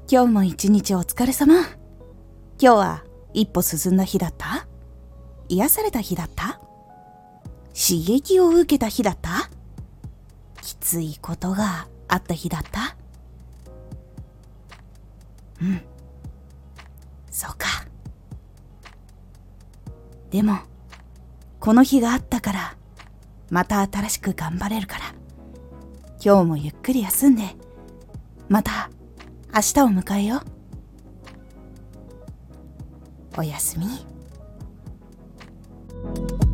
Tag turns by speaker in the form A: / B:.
A: 今日も一日お疲れ様。今日は一歩進んだ日だった？癒された日だった？刺激を受けた日だった？きついことがあった日だった？そうか。でも、この日があったから、また新しく頑張れるから、今日もゆっくり休んで、また明日を迎えよう。おやすみ。